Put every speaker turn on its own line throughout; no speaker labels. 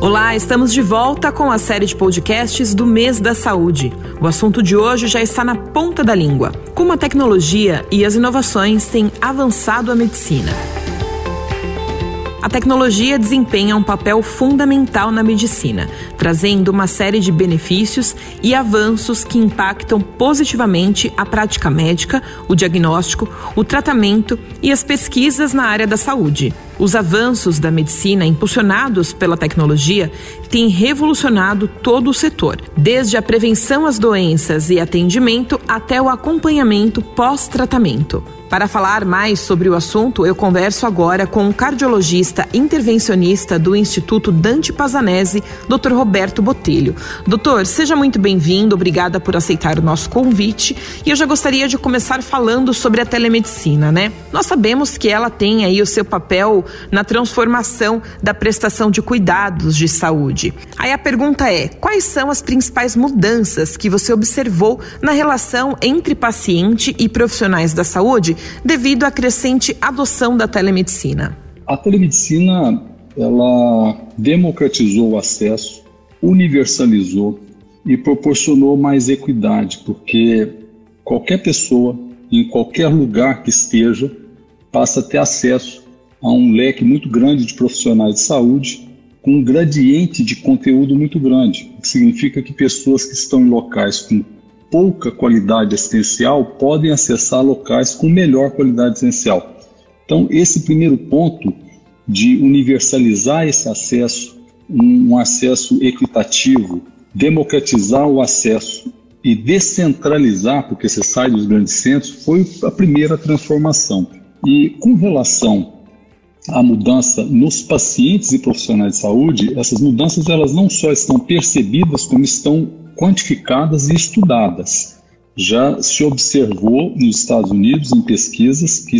Olá, estamos de volta com a série de podcasts do Mês da Saúde. O assunto de hoje já está na ponta da língua: como a tecnologia e as inovações têm avançado a medicina. A tecnologia desempenha um papel fundamental na medicina, trazendo uma série de benefícios e avanços que impactam positivamente a prática médica, o diagnóstico, o tratamento e as pesquisas na área da saúde. Os avanços da medicina impulsionados pela tecnologia têm revolucionado todo o setor, desde a prevenção às doenças e atendimento até o acompanhamento pós-tratamento. Para falar mais sobre o assunto, eu converso agora com o cardiologista intervencionista do Instituto Dante Pazzanese, Dr. Roberto Botelho. Doutor, seja muito bem-vindo, obrigada por aceitar o nosso convite. E eu já gostaria de começar falando sobre a telemedicina, né? Nós sabemos que ela tem aí o seu papel na transformação da prestação de cuidados de saúde. Aí a pergunta é: quais são as principais mudanças que você observou na relação entre paciente e profissionais da saúde devido à crescente adoção da telemedicina?
A telemedicina, ela democratizou o acesso, universalizou e proporcionou mais equidade, porque qualquer pessoa, em qualquer lugar que esteja, passa a ter acesso a um leque muito grande de profissionais de saúde, com um gradiente de conteúdo muito grande, o que significa que pessoas que estão em locais com pouca qualidade assistencial podem acessar locais com melhor qualidade assistencial. Então, esse primeiro ponto de universalizar esse acesso, um acesso equitativo, democratizar o acesso e descentralizar, porque você sai dos grandes centros, foi a primeira transformação. E com relação à mudança nos pacientes e profissionais de saúde, essas mudanças elas não só estão percebidas, como estão quantificadas e estudadas. Já se observou nos Estados Unidos, em pesquisas, que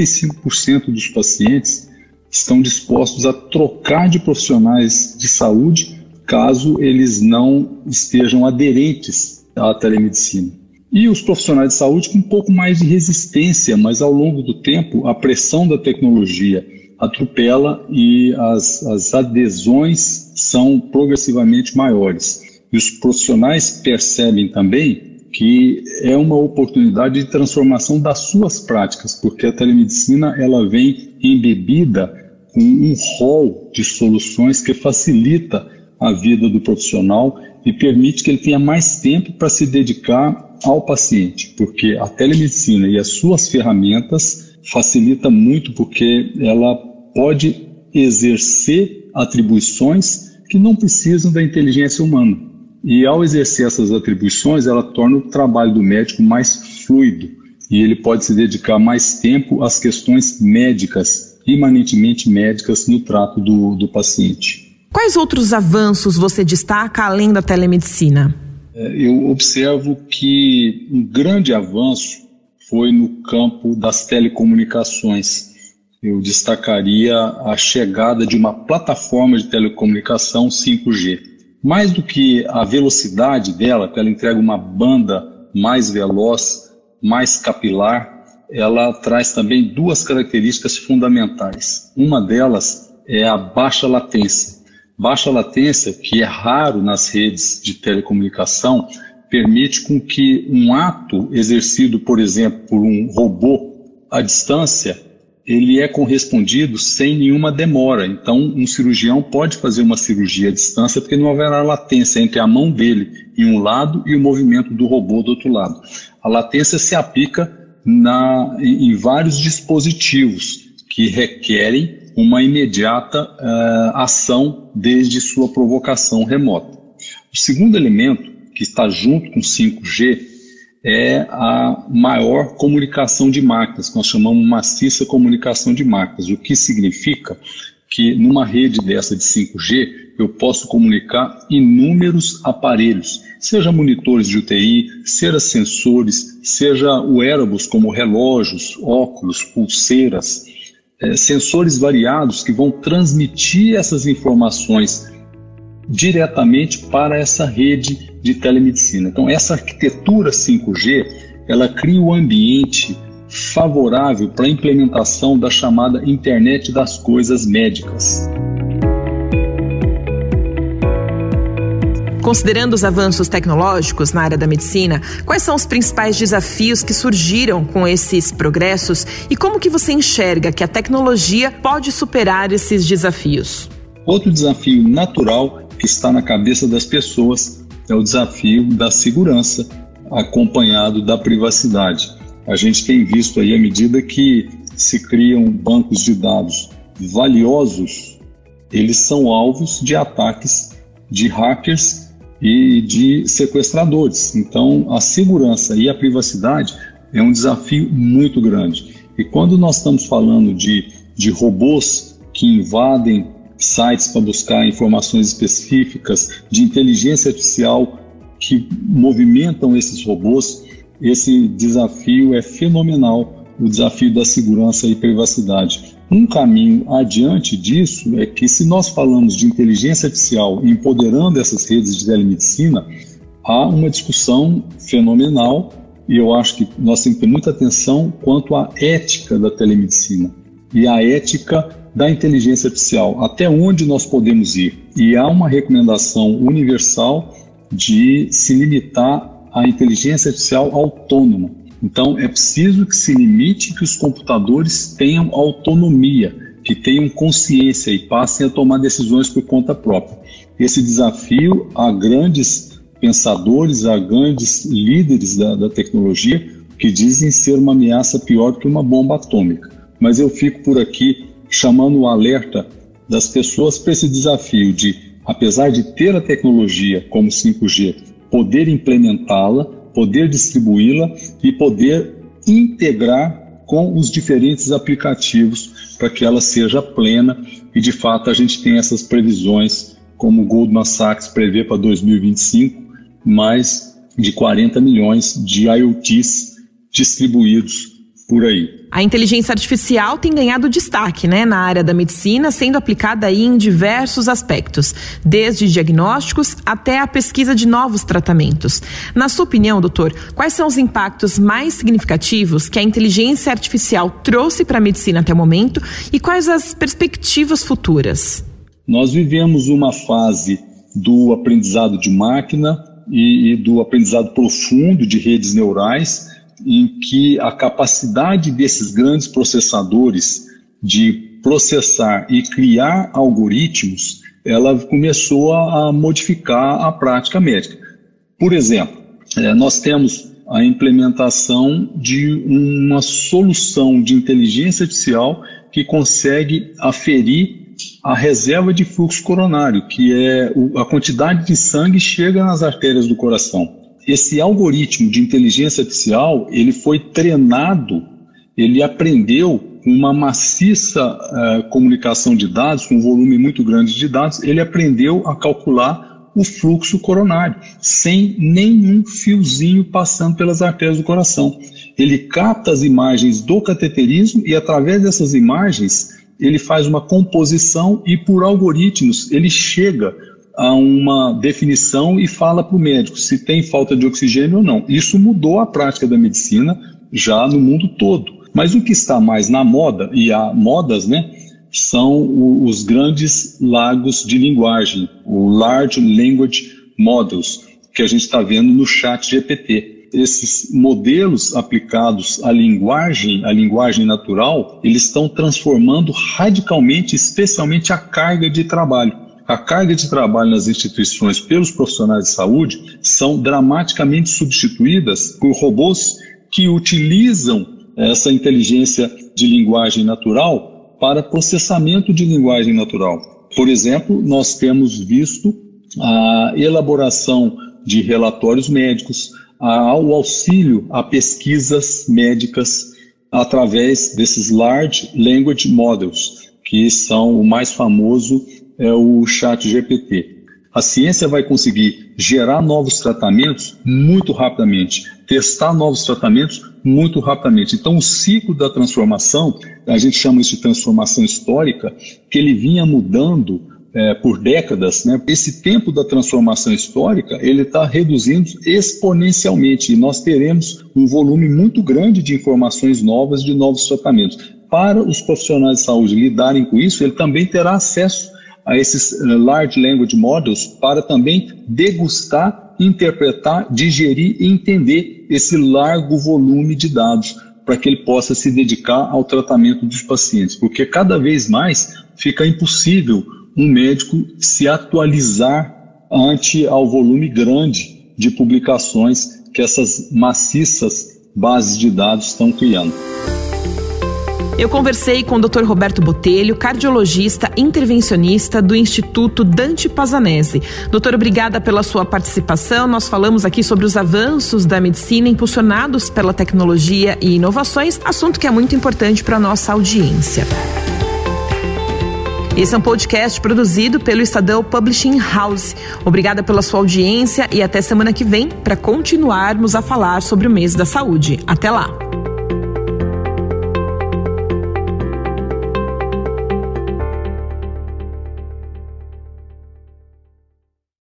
75% dos pacientes estão dispostos a trocar de profissionais de saúde caso eles não estejam aderentes à telemedicina. E os profissionais de saúde com um pouco mais de resistência, mas ao longo do tempo a pressão da tecnologia atropela e as adesões são progressivamente maiores. E os profissionais percebem também que é uma oportunidade de transformação das suas práticas, porque a telemedicina ela vem embebida com um rol de soluções que facilita a vida do profissional e permite que ele tenha mais tempo para se dedicar ao paciente, porque a telemedicina e as suas ferramentas facilita muito, porque ela pode exercer atribuições que não precisam da inteligência humana. E ao exercer essas atribuições, ela torna o trabalho do médico mais fluido e ele pode se dedicar mais tempo às questões médicas, imanentemente médicas, no trato do paciente.
Quais outros avanços você destaca além da telemedicina?
Eu observo que um grande avanço foi no campo das telecomunicações. Eu destacaria a chegada de uma plataforma de telecomunicação 5G. Mais do que a velocidade dela, que ela entrega uma banda mais veloz, mais capilar, ela traz também duas características fundamentais. Uma delas é a baixa latência. Baixa latência, que é raro nas redes de telecomunicação, permite com que um ato exercido, por exemplo, por um robô à distância, ele é correspondido sem nenhuma demora. Então, um cirurgião pode fazer uma cirurgia à distância porque não haverá latência entre a mão dele em um lado e o movimento do robô do outro lado. A latência se aplica em vários dispositivos que requerem uma imediata ação desde sua provocação remota. O segundo elemento, que está junto com 5G, é a maior comunicação de máquinas, que nós chamamos maciça comunicação de máquinas, o que significa que numa rede dessa de 5G eu posso comunicar inúmeros aparelhos, seja monitores de UTI, seja sensores, seja wearables como relógios, óculos, pulseiras, sensores variados que vão transmitir essas informações diretamente para essa rede de telemedicina. Então, essa arquitetura 5G, ela cria um ambiente favorável para a implementação da chamada internet das coisas médicas.
Considerando os avanços tecnológicos na área da medicina, quais são os principais desafios que surgiram com esses progressos e como que você enxerga que a tecnologia pode superar esses desafios?
Outro desafio natural que está na cabeça das pessoas é o desafio da segurança, acompanhado da privacidade. A gente tem visto aí, à medida que se criam bancos de dados valiosos, eles são alvos de ataques de hackers e de sequestradores. Então, a segurança e a privacidade é um desafio muito grande. E quando nós estamos falando de robôs que invadem sites para buscar informações específicas, de inteligência artificial que movimentam esses robôs, esse desafio é fenomenal, o desafio da segurança e privacidade. Um caminho adiante disso é que, se nós falamos de inteligência artificial empoderando essas redes de telemedicina, há uma discussão fenomenal e eu acho que nós temos que ter muita atenção quanto à ética da telemedicina e à ética da inteligência artificial, até onde nós podemos ir. E há uma recomendação universal de se limitar à inteligência artificial autônoma. Então, é preciso que se limite que os computadores tenham autonomia, que tenham consciência e passem a tomar decisões por conta própria. Esse desafio, há grandes pensadores, há grandes líderes da tecnologia que dizem ser uma ameaça pior do que uma bomba atômica. Mas eu fico por aqui chamando o alerta das pessoas para esse desafio de, apesar de ter a tecnologia como 5G, poder implementá-la, poder distribuí-la e poder integrar com os diferentes aplicativos para que ela seja plena e, de fato, a gente tem essas previsões, como o Goldman Sachs prevê para 2025, mais de 40 milhões de IoTs distribuídos por aí.
A inteligência artificial tem ganhado destaque, na área da medicina, sendo aplicada aí em diversos aspectos, desde diagnósticos até a pesquisa de novos tratamentos. Na sua opinião, doutor, quais são os impactos mais significativos que a inteligência artificial trouxe para a medicina até o momento e quais as perspectivas futuras?
Nós vivemos uma fase do aprendizado de máquina e do aprendizado profundo de redes neurais, em que a capacidade desses grandes processadores de processar e criar algoritmos, ela começou a modificar a prática médica. Por exemplo, nós temos a implementação de uma solução de inteligência artificial que consegue aferir a reserva de fluxo coronário, que é a quantidade de sangue que chega nas artérias do coração. Esse algoritmo de inteligência artificial, ele foi treinado, ele aprendeu com uma maciça comunicação de dados, com um volume muito grande de dados, ele aprendeu a calcular o fluxo coronário, sem nenhum fiozinho passando pelas artérias do coração. Ele capta as imagens do cateterismo e, através dessas imagens, ele faz uma composição e, por algoritmos, ele chega a uma definição e fala para o médico se tem falta de oxigênio ou não. Isso mudou a prática da medicina já no mundo todo. Mas o que está mais na moda, e há modas, são os grandes lagos de linguagem, o Large Language Models, que a gente está vendo no ChatGPT. Esses modelos aplicados à linguagem natural, eles estão transformando radicalmente, especialmente a carga de trabalho. A carga de trabalho nas instituições pelos profissionais de saúde são dramaticamente substituídas por robôs que utilizam essa inteligência de linguagem natural para processamento de linguagem natural. Por exemplo, nós temos visto a elaboração de relatórios médicos, o auxílio a pesquisas médicas através desses Large Language Models, que são o mais famoso é o ChatGPT. A ciência vai conseguir gerar novos tratamentos muito rapidamente, testar novos tratamentos muito rapidamente. Então, o ciclo da transformação, a gente chama isso de transformação histórica, que ele vinha mudando por décadas, Esse tempo da transformação histórica, ele está reduzindo exponencialmente e nós teremos um volume muito grande de informações novas, de novos tratamentos. Para os profissionais de saúde lidarem com isso, ele também terá acesso a esses Large Language Models para também degustar, interpretar, digerir e entender esse largo volume de dados, para que ele possa se dedicar ao tratamento dos pacientes, porque cada vez mais fica impossível um médico se atualizar ante ao volume grande de publicações que essas maciças bases de dados estão criando.
Eu conversei com o Dr. Roberto Botelho, cardiologista intervencionista do Instituto Dante Pazzanese. Doutor, obrigada pela sua participação. Nós falamos aqui sobre os avanços da medicina impulsionados pela tecnologia e inovações, assunto que é muito importante para a nossa audiência. Esse é um podcast produzido pelo Estadão Publishing House. Obrigada pela sua audiência e até semana que vem para continuarmos a falar sobre o mês da saúde. Até lá!